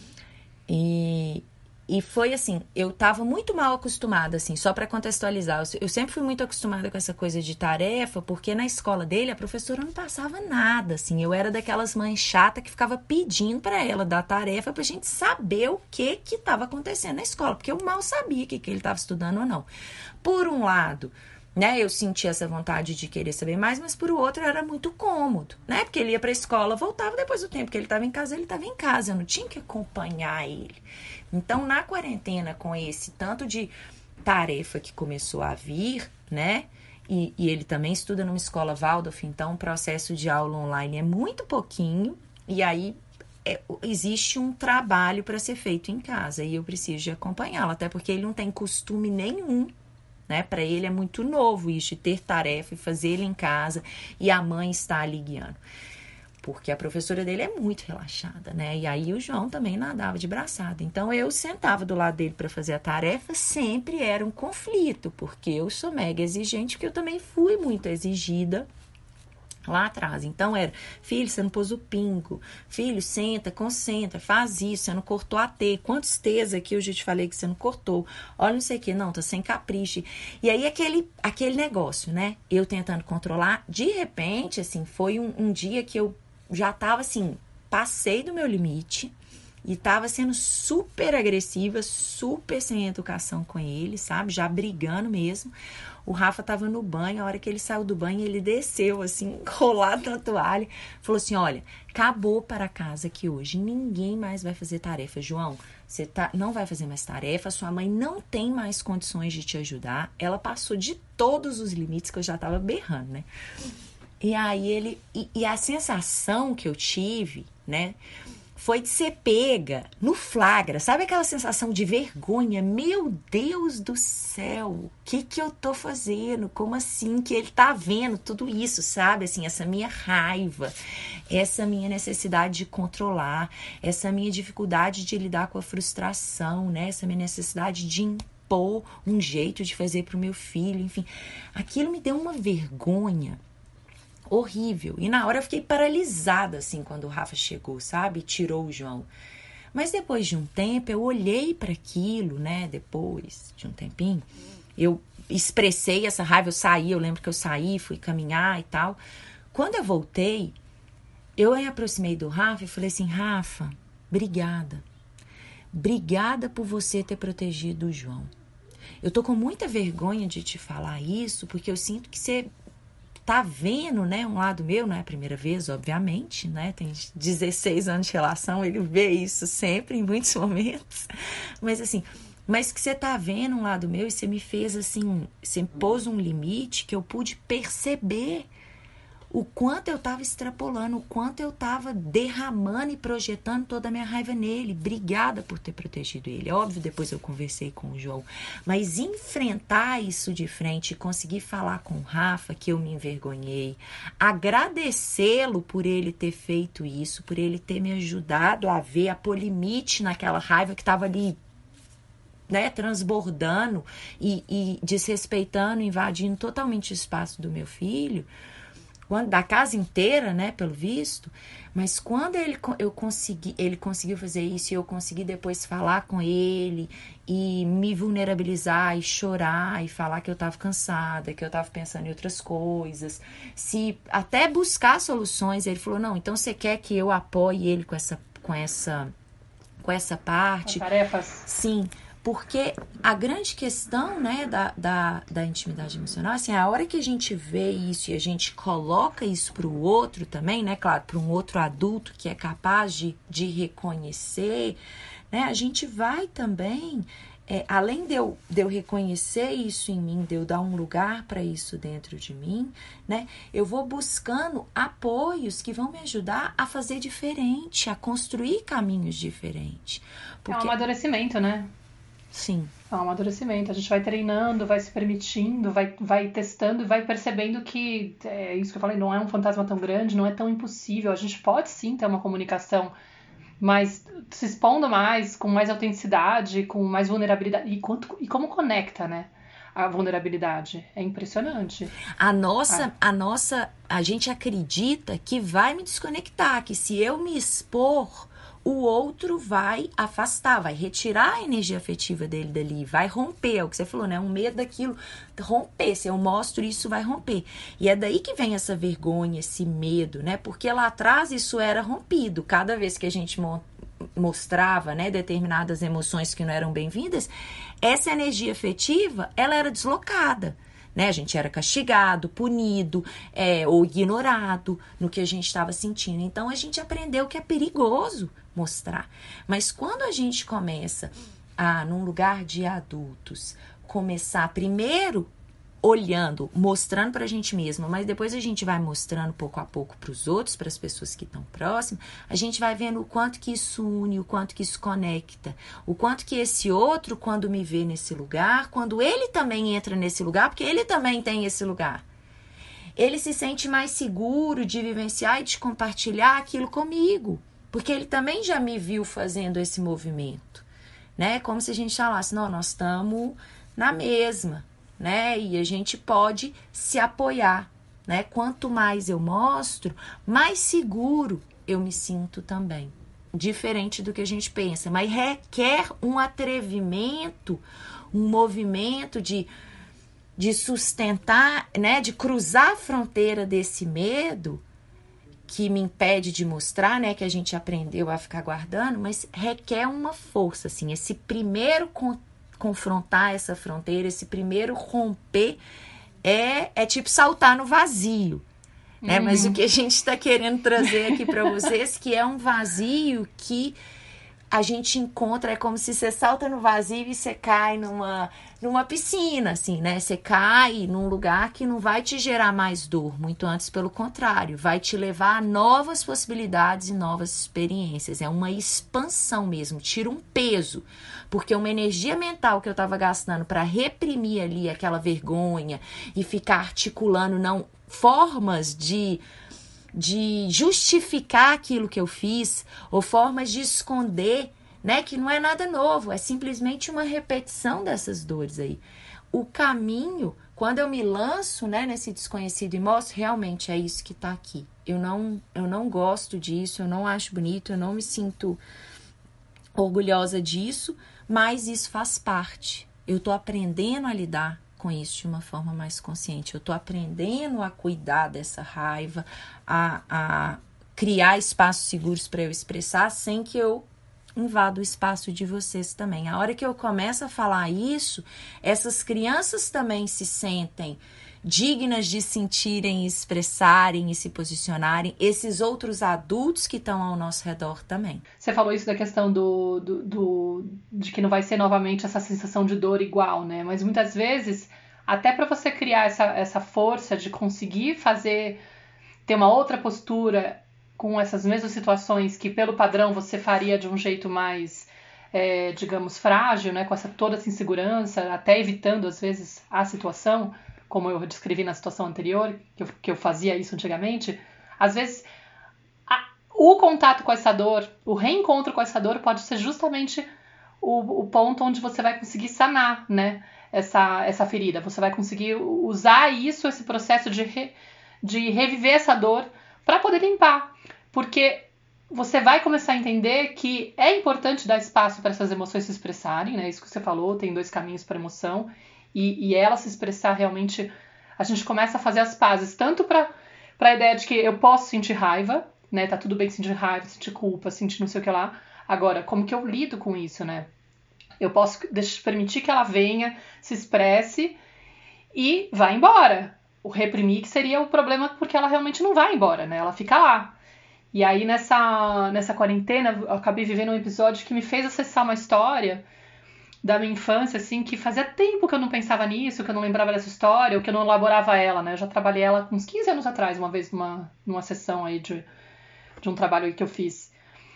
E, e foi assim, eu tava muito mal acostumada, assim, só para contextualizar. Eu, eu sempre fui muito acostumada com essa coisa de tarefa, porque na escola dele a professora não passava nada, assim. Eu era daquelas mães chatas que ficava pedindo para ela dar tarefa pra gente saber o que que tava acontecendo na escola, porque eu mal sabia o que, que ele tava estudando ou não. Por um lado, né, eu sentia essa vontade de querer saber mais, mas por outro era muito cômodo, né, porque ele ia pra escola, voltava depois do tempo que ele estava em casa, ele estava em casa, eu não tinha que acompanhar ele. Então, na quarentena, com esse tanto de tarefa que começou a vir, né, e, e ele também estuda numa escola Waldorf, então o processo de aula online é muito pouquinho, e aí é, existe um trabalho para ser feito em casa, e eu preciso de acompanhá-lo, até porque ele não tem costume nenhum, né? Para ele é muito novo isso, de ter tarefa e fazer ele em casa e a mãe está ali guiando. Porque a professora dele é muito relaxada, né? E aí o João também nadava de braçada. Então eu sentava do lado dele para fazer a tarefa, sempre era um conflito, porque eu sou mega exigente, porque eu também fui muito exigida Lá atrás. Então era, filho, você não pôs o pingo. Filho, senta, concentra, faz isso. Você não cortou a T. Quantos T's aqui eu já te falei que você não cortou? Olha, não sei o que. Não, tá sem capricho. E aí aquele, aquele negócio, né? Eu tentando controlar. De repente, assim, foi um, um dia que eu já tava assim, passei do meu limite. E tava sendo super agressiva, super sem educação com ele, sabe? Já brigando mesmo. O Rafa tava no banho, a hora que ele saiu do banho, ele desceu, assim, colado na toalha. Falou assim, olha, acabou para casa aqui hoje. Ninguém mais vai fazer tarefa. João, você tá, não vai fazer mais tarefa. Sua mãe não tem mais condições de te ajudar. Ela passou de todos os limites que eu já tava berrando, né? E aí ele... E, e a sensação que eu tive, né... foi de ser pega no flagra. Sabe aquela sensação de vergonha? Meu Deus do céu, o que que eu tô fazendo? Como assim que ele tá vendo tudo isso, sabe? Assim, essa minha raiva, essa minha necessidade de controlar, essa minha dificuldade de lidar com a frustração, né? Essa minha necessidade de impor um jeito de fazer pro meu filho, enfim. Aquilo me deu uma vergonha horrível. E na hora eu fiquei paralisada, assim, quando o Rafa chegou, sabe? Tirou o João. Mas depois de um tempo, eu olhei para aquilo, né? Depois de um tempinho, eu expressei essa raiva, eu saí, eu lembro que eu saí, fui caminhar e tal. Quando eu voltei, eu me aproximei do Rafa e falei assim, Rafa, obrigada. Obrigada por você ter protegido o João. Eu tô com muita vergonha de te falar isso, porque eu sinto que você... tá vendo, né, um lado meu, não é a primeira vez, obviamente, né, tem dezesseis anos de relação, ele vê isso sempre, em muitos momentos, mas assim, mas que você tá vendo um lado meu e você me fez assim, você me pôs um limite que eu pude perceber o quanto eu tava extrapolando, o quanto eu tava derramando e projetando toda a minha raiva nele. Obrigada por ter protegido ele. É óbvio, depois eu conversei com o João. Mas enfrentar isso de frente e conseguir falar com o Rafa que eu me envergonhei, agradecê-lo por ele ter feito isso, por ele ter me ajudado a ver, a pôr limite naquela raiva que tava ali, né, transbordando e, e desrespeitando, invadindo totalmente o espaço do meu filho, da casa inteira, né, pelo visto, mas quando ele, eu consegui, ele conseguiu fazer isso e eu consegui depois falar com ele e me vulnerabilizar e chorar e falar que eu estava cansada, que eu estava pensando em outras coisas, se até buscar soluções, ele falou, não, então você quer que eu apoie ele com essa, com essa, com essa parte? Com tarefas. Sim. Porque a grande questão, né, da, da, da intimidade emocional, assim, a hora que a gente vê isso e a gente coloca isso para o outro também, né, claro, para um outro adulto que é capaz de, de reconhecer, né, a gente vai também, é, além de eu, de eu reconhecer isso em mim, de eu dar um lugar para isso dentro de mim, né, eu vou buscando apoios que vão me ajudar a fazer diferente, a construir caminhos diferentes. Porque... é um amadurecimento, né? Sim. É um amadurecimento. A gente vai treinando, vai se permitindo, vai, vai testando e vai percebendo que, é isso que eu falei, não é um fantasma tão grande, não é tão impossível. A gente pode sim ter uma comunicação mais, se expondo mais, com mais autenticidade, com mais vulnerabilidade. E, quanto, e como conecta, né? A vulnerabilidade. É impressionante. A nossa, ah. a nossa, a gente acredita que vai me desconectar, que se eu me expor, o outro vai afastar, vai retirar a energia afetiva dele dali, vai romper, é o que você falou, né? Um medo daquilo romper, se eu mostro isso, vai romper. E é daí que vem essa vergonha, esse medo, né? Porque lá atrás isso era rompido. Cada vez que a gente mostrava, né, determinadas emoções que não eram bem-vindas, essa energia afetiva, ela era deslocada. Né? A gente era castigado, punido, é, ou ignorado no que a gente estava sentindo. Então, a gente aprendeu que é perigoso mostrar. Mas quando a gente começa a, num lugar de adultos, começar primeiro olhando, mostrando para a gente mesma, mas depois a gente vai mostrando pouco a pouco para os outros, para as pessoas que estão próximas, a gente vai vendo o quanto que isso une, o quanto que isso conecta, o quanto que esse outro, quando me vê nesse lugar, quando ele também entra nesse lugar, porque ele também tem esse lugar, ele se sente mais seguro de vivenciar e de compartilhar aquilo comigo, porque ele também já me viu fazendo esse movimento, né? Como se a gente falasse, não, nós estamos na mesma, né? E a gente pode se apoiar, né? Quanto mais eu mostro, mais seguro eu me sinto também. Diferente do que a gente pensa, mas requer um atrevimento, um movimento de, de sustentar, né? De cruzar a fronteira desse medo que me impede de mostrar, né? Que a gente aprendeu a ficar guardando, mas requer uma força, assim, esse primeiro con- confrontar essa fronteira, esse primeiro romper, é, é tipo saltar no vazio, né? Uhum. Mas o que a gente está querendo trazer aqui para vocês, que é um vazio que a gente encontra, é como se você salta no vazio e você cai numa, numa piscina, assim, né? Você cai num lugar que não vai te gerar mais dor, muito antes pelo contrário, vai te levar a novas possibilidades e novas experiências. É uma expansão mesmo, tira um peso, porque uma energia mental que eu estava gastando para reprimir ali aquela vergonha e ficar articulando não formas de... de justificar aquilo que eu fiz, ou formas de esconder, né, que não é nada novo, é simplesmente uma repetição dessas dores aí. O caminho, quando eu me lanço, né, nesse desconhecido e mostro, realmente é isso que está aqui. Eu não, eu não gosto disso, eu não acho bonito, eu não me sinto orgulhosa disso, mas isso faz parte. Eu estou aprendendo a lidar com isso de uma forma mais consciente. Eu estou aprendendo a cuidar dessa raiva, a, a criar espaços seguros para eu expressar sem que eu invada o espaço de vocês também. A hora que eu começo a falar isso, essas crianças também se sentem dignas de sentirem, expressarem e se posicionarem, esses outros adultos que estão ao nosso redor também. Você falou isso da questão do, do, do de que não vai ser novamente essa sensação de dor igual, né? Mas muitas vezes, até para você criar essa, essa força de conseguir fazer, ter uma outra postura com essas mesmas situações que pelo padrão você faria de um jeito mais, é, digamos, frágil, né? Com essa toda essa insegurança, até evitando às vezes a situação, como eu descrevi na situação anterior, que eu, que eu fazia isso antigamente, às vezes a, o contato com essa dor, o reencontro com essa dor pode ser justamente o, o ponto onde você vai conseguir sanar, né, essa, essa ferida. Você vai conseguir usar isso, esse processo de, re, de reviver essa dor para poder limpar. Porque você vai começar a entender que é importante dar espaço para essas emoções se expressarem, né? Isso que você falou, tem dois caminhos para emoção. E, e ela se expressar realmente, a gente começa a fazer as pazes, tanto para a ideia de que eu posso sentir raiva, né? Tá tudo bem sentir raiva, sentir culpa, sentir não sei o que lá. Agora, como que eu lido com isso, né? Eu posso deixar, permitir que ela venha, se expresse e vá embora. O reprimir que seria o problema, porque ela realmente não vai embora, né? Ela fica lá. E aí, nessa, nessa quarentena, eu acabei vivendo um episódio que me fez acessar uma história da minha infância, assim, que fazia tempo que eu não pensava nisso, que eu não lembrava dessa história, ou que eu não elaborava ela, né? Eu já trabalhei ela com uns quinze anos atrás, uma vez numa, numa sessão aí de, de um trabalho aí que eu fiz.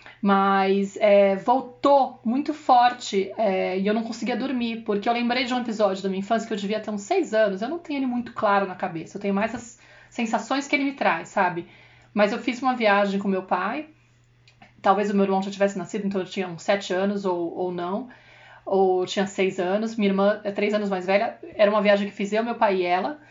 Mas é, voltou muito forte é, e eu não conseguia dormir, porque eu lembrei de um episódio da minha infância que eu devia ter uns seis anos, eu não tenho ele muito claro na cabeça, eu tenho mais as sensações que ele me traz, sabe? Mas eu fiz uma viagem com meu pai, talvez o meu irmão já tivesse nascido, então eu tinha uns sete anos ou, ou não, ou tinha seis anos, minha irmã é três anos mais velha, era uma viagem que fiz eu, meu pai e ela,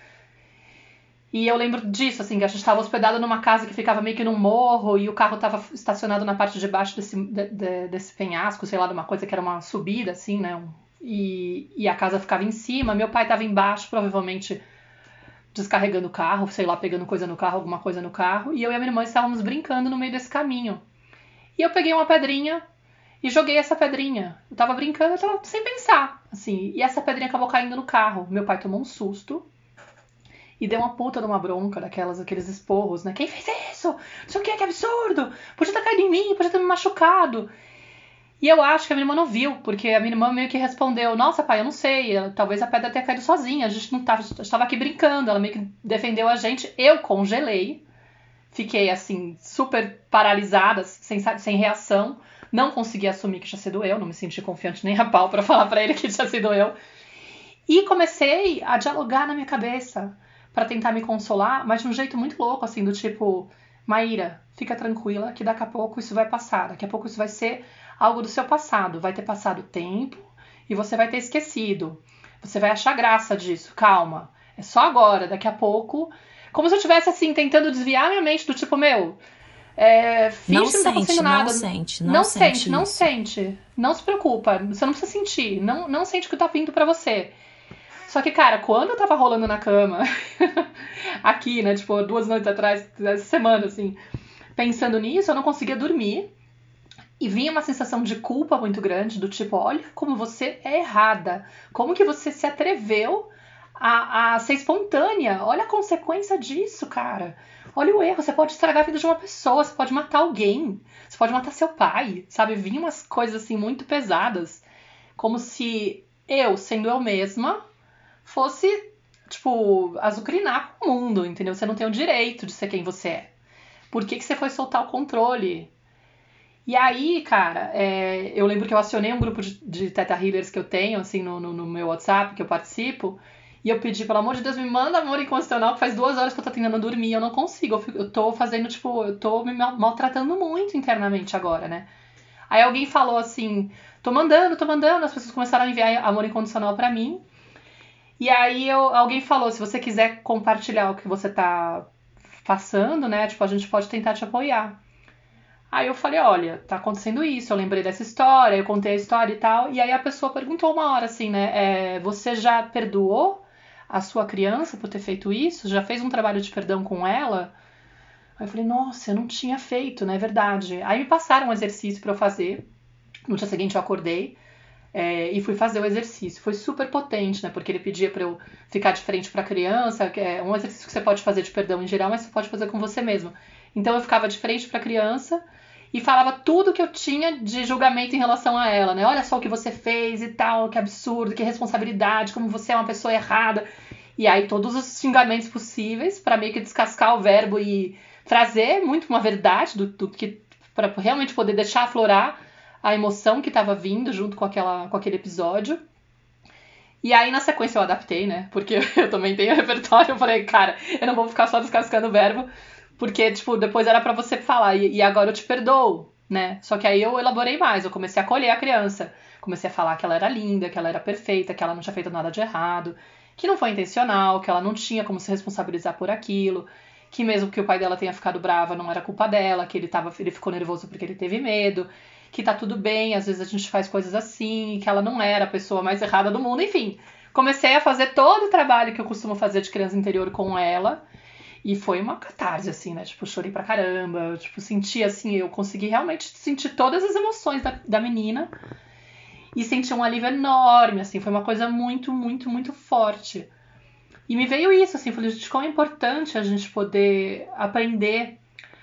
e eu lembro disso, assim, que a gente estava hospedado numa casa que ficava meio que num morro, e o carro estava estacionado na parte de baixo desse, de, de, desse penhasco, sei lá, de uma coisa que era uma subida, assim, né, e, e a casa ficava em cima, meu pai estava embaixo, provavelmente descarregando o carro, sei lá, pegando coisa no carro, alguma coisa no carro, e eu e a minha irmã estávamos brincando no meio desse caminho. E eu peguei uma pedrinha e joguei essa pedrinha. Eu tava brincando, eu tava sem pensar, assim, e essa pedrinha acabou caindo no carro. Meu pai tomou um susto e deu uma puta de uma bronca, daquelas, aqueles esporros, né? Quem fez isso? Não sei o que, que absurdo! Podia ter caído em mim, podia ter me machucado. E eu acho que a minha irmã não viu, porque a minha irmã meio que respondeu, nossa, pai, eu não sei, talvez a pedra tenha caído sozinha, a gente não tava, estava aqui brincando, ela meio que defendeu a gente, eu congelei, fiquei assim, super paralisada, sem, sem reação, não consegui assumir que tinha sido eu, não me senti confiante nem a pau pra falar pra ele que tinha sido eu, e comecei a dialogar na minha cabeça, pra tentar me consolar, mas de um jeito muito louco, assim, do tipo, Maíra, fica tranquila que daqui a pouco isso vai passar, daqui a pouco isso vai ser algo do seu passado, vai ter passado tempo e você vai ter esquecido. Você vai achar graça disso, calma. É só agora, daqui a pouco Como se eu estivesse, assim, tentando desviar minha mente do tipo, meu... É, finge Não que não tá acontecendo sente, nada. não sente, não Não sente sente, não isso. sente. Não se preocupa. Você não precisa sentir. Não, não sente o que tá vindo pra você. Só que, cara, quando eu tava rolando na cama, aqui, né, tipo, duas noites atrás, essa semana, assim, pensando nisso, eu não conseguia dormir. E vinha uma sensação de culpa muito grande, do tipo, olha como você é errada. Como que você se atreveu a, a ser espontânea? Olha a consequência disso, cara. Olha o erro, você pode estragar a vida de uma pessoa, você pode matar alguém, você pode matar seu pai, sabe? Vinha umas coisas assim muito pesadas, como se eu, sendo eu mesma, fosse, tipo, azucrinar com o mundo, entendeu? Você não tem o direito de ser quem você é. Por que, que você foi soltar o controle? E aí, cara, é, eu lembro que eu acionei um grupo de, de Theta Healers que eu tenho, assim, no, no, no meu WhatsApp, que eu participo, e eu pedi, pelo amor de Deus, me manda amor incondicional, que faz duas horas que eu tô tentando dormir, eu não consigo, eu, fico, eu tô fazendo, tipo, eu tô me mal, maltratando muito internamente agora, né? Aí alguém falou assim, tô mandando, tô mandando, as pessoas começaram a enviar amor incondicional pra mim, e aí eu, alguém falou, se você quiser compartilhar o que você tá passando, né, tipo, a gente pode tentar te apoiar. Aí eu falei, olha, tá acontecendo isso, eu lembrei dessa história, eu contei a história e tal, e aí a pessoa perguntou uma hora assim, né, é, você já perdoou a sua criança por ter feito isso? Já fez um trabalho de perdão com ela? Aí eu falei, nossa, eu não tinha feito, né, é verdade. Aí me passaram um exercício pra eu fazer, no dia seguinte eu acordei, é, e fui fazer o exercício. Foi super potente, né, porque ele pedia pra eu ficar de frente pra criança, que é um exercício que você pode fazer de perdão em geral, mas você pode fazer com você mesmo. Então eu ficava de frente pra criança e falava tudo que eu tinha de julgamento em relação a ela, né? Olha só o que você fez e tal, que absurdo, que responsabilidade, como você é uma pessoa errada. E aí todos os xingamentos possíveis para meio que descascar o verbo e trazer muito uma verdade do, do que para realmente poder deixar aflorar a emoção que estava vindo junto com aquela com aquele episódio. E aí na sequência eu adaptei, né? Porque eu também tenho repertório, eu falei, cara, eu não vou ficar só descascando o verbo. Porque, tipo, depois era pra você falar, e, e agora eu te perdoo, né? Só que aí eu elaborei mais, eu comecei a acolher a criança. Comecei a falar que ela era linda, que ela era perfeita, que ela não tinha feito nada de errado, que não foi intencional, que ela não tinha como se responsabilizar por aquilo, que mesmo que o pai dela tenha ficado brava, não era culpa dela, que ele, tava, ele ficou nervoso porque ele teve medo, que tá tudo bem, às vezes a gente faz coisas assim, que ela não era a pessoa mais errada do mundo, enfim. Comecei a fazer todo o trabalho que eu costumo fazer de criança interior com ela. E foi uma catarse, assim, né? Tipo, chorei pra caramba. Eu, tipo, senti, assim, eu consegui realmente sentir todas as emoções da, da menina. E senti um alívio enorme, assim. Foi uma coisa muito, muito, muito forte. E me veio isso, assim. Falei, gente, como é importante a gente poder aprender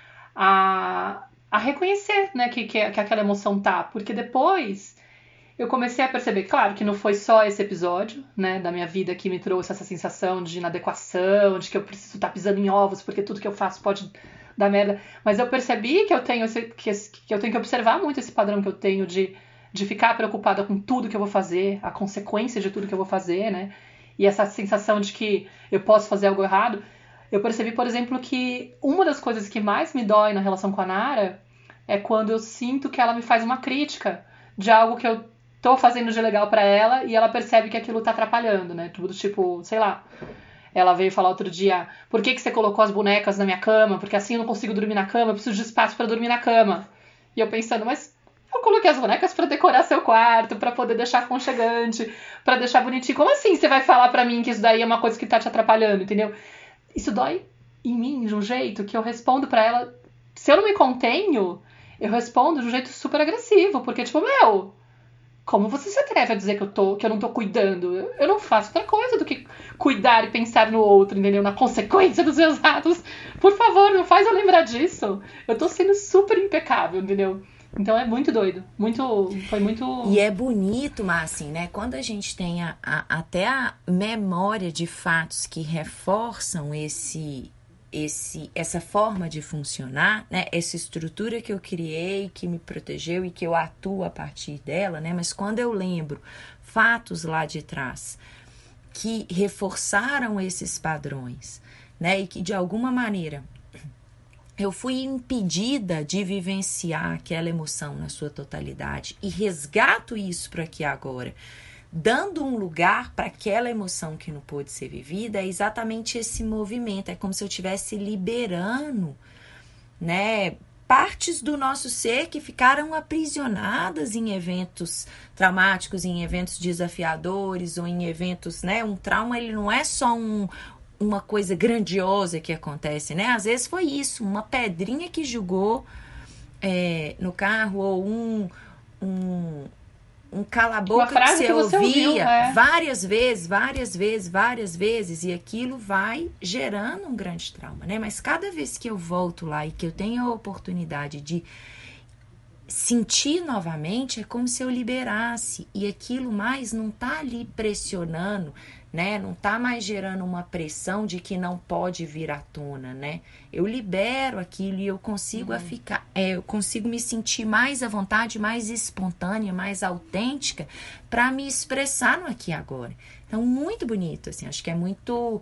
a, a reconhecer, né? Que, que, que aquela emoção tá. Porque depois eu comecei a perceber, claro que não foi só esse episódio, né, da minha vida que me trouxe essa sensação de inadequação, de que eu preciso estar pisando em ovos porque tudo que eu faço pode dar merda, mas eu percebi que eu tenho, esse, que, que eu tenho que observar muito esse padrão que eu tenho de, de ficar preocupada com tudo que eu vou fazer, a consequência de tudo que eu vou fazer, né, e essa sensação de que eu posso fazer algo errado. Eu percebi, por exemplo, que uma das coisas que mais me dói na relação com a Nara é quando eu sinto que ela me faz uma crítica de algo que eu tô fazendo de legal pra ela e ela percebe que aquilo tá atrapalhando, né? Tudo tipo, sei lá. Ela veio falar outro dia, por que, que você colocou as bonecas na minha cama? Porque assim eu não consigo dormir na cama, eu preciso de espaço pra dormir na cama. E eu pensando, mas eu coloquei as bonecas pra decorar seu quarto, pra poder deixar aconchegante, pra deixar bonitinho. Como assim você vai falar pra mim que isso daí é uma coisa que tá te atrapalhando, entendeu? Isso dói em mim de um jeito que eu respondo pra ela. Se eu não me contenho, eu respondo de um jeito super agressivo, porque tipo, meu... Como você se atreve a dizer que eu, tô, que eu não tô cuidando? Eu, eu não faço outra coisa do que cuidar e pensar no outro, entendeu? Na consequência dos meus atos. Por favor, não faz eu lembrar disso. Eu tô sendo super impecável, entendeu? Então é muito doido. Muito. Foi muito. E é bonito, mas assim, né? Quando a gente tem a, a, até a memória de fatos que reforçam esse. Esse, essa forma de funcionar, né? Essa estrutura que eu criei, que me protegeu e que eu atuo a partir dela, né? Mas quando eu lembro fatos lá de trás que reforçaram esses padrões, né? E que de alguma maneira eu fui impedida de vivenciar aquela emoção na sua totalidade e resgato isso para aqui agora, dando um lugar para aquela emoção que não pôde ser vivida, é exatamente esse movimento. É como se eu estivesse liberando, né, partes do nosso ser que ficaram aprisionadas em eventos traumáticos, em eventos desafiadores ou em eventos, né? Um trauma, ele não é só um, uma coisa grandiosa que acontece, né? Às vezes foi isso, uma pedrinha que jogou é, no carro ou um... um um cala-boca que você, que você ouvia ouviu, é. várias vezes, várias vezes, várias vezes, e aquilo vai gerando um grande trauma, né? Mas cada vez que eu volto lá e que eu tenho a oportunidade de sentir novamente, é como se eu liberasse, e aquilo mais não tá ali pressionando, né? Não tá mais gerando uma pressão de que não pode vir à tona, né? Eu libero aquilo e eu consigo uhum. a ficar, é, eu consigo me sentir mais à vontade, mais espontânea, mais autêntica para me expressar no aqui e agora. Então, muito bonito, assim, acho que é muito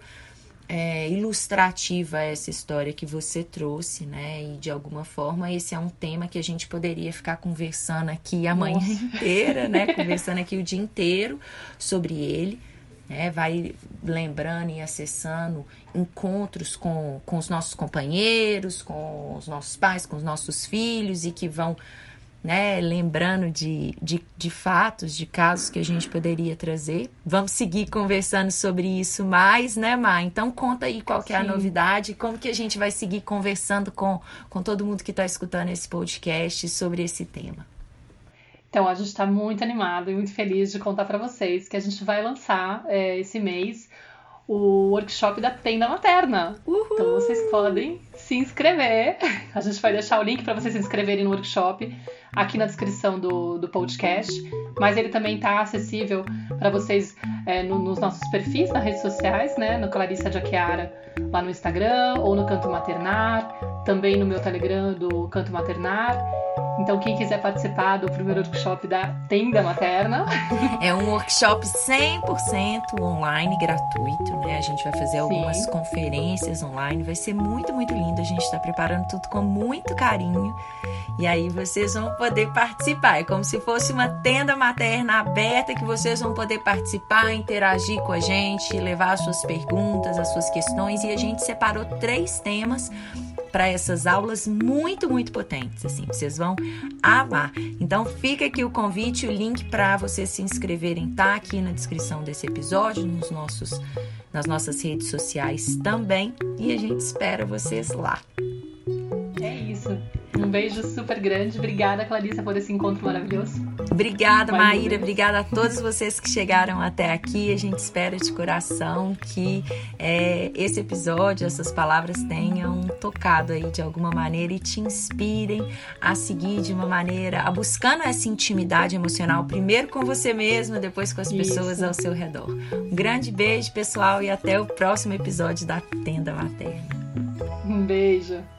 é, ilustrativa essa história que você trouxe, né? E de alguma forma esse é um tema que a gente poderia ficar conversando aqui a manhã Nossa. inteira, né? Conversando aqui o dia inteiro sobre ele. É, vai lembrando e acessando encontros com, com os nossos companheiros, com os nossos pais, com os nossos filhos, e que vão, né, lembrando de, de, de fatos, de casos que a gente poderia trazer. Vamos seguir conversando sobre isso mais, né, Má? Então conta aí qual que é a Sim. novidade, como que a gente vai seguir conversando com, com todo mundo que está escutando esse podcast sobre esse tema. Então, a gente está muito animado e muito feliz de contar para vocês que a gente vai lançar é, esse mês o workshop da Tenda Materna. Uhul. Então, vocês podem se inscrever. A gente vai deixar o link para vocês se inscreverem no workshop aqui na descrição do, do podcast. Mas ele também está acessível para vocês é, no, nos nossos perfis nas redes sociais, né? No Clarissa Jaquiara, lá no Instagram, ou no Canto Maternar. Também no meu Telegram do Canto Maternar. Então, quem quiser participar do primeiro workshop da Tenda Materna... É um workshop cem por cento online, gratuito, né? A gente vai fazer algumas Sim. conferências online. Vai ser muito, muito lindo. A gente está preparando tudo com muito carinho. E aí, vocês vão poder participar. É como se fosse uma tenda materna aberta que vocês vão poder participar, interagir com a gente, levar as suas perguntas, as suas questões. E a gente separou três temas para essas aulas muito, muito potentes, assim, vocês vão amar. Então, fica aqui o convite, o link para vocês se inscreverem tá aqui na descrição desse episódio, nos nossos, nas nossas redes sociais também, e a gente espera vocês lá. É isso. Um beijo super grande. Obrigada, Clarissa, por esse encontro maravilhoso. Obrigada, Mais Maíra. Obrigada a todos vocês que chegaram até aqui. A gente espera de coração que é, esse episódio, essas palavras tenham tocado aí de alguma maneira e te inspirem a seguir de uma maneira, a buscando essa intimidade emocional, primeiro com você mesma, depois com as pessoas Isso. ao seu redor. Um grande beijo, pessoal, e até o próximo episódio da Tenda Materna. Um beijo.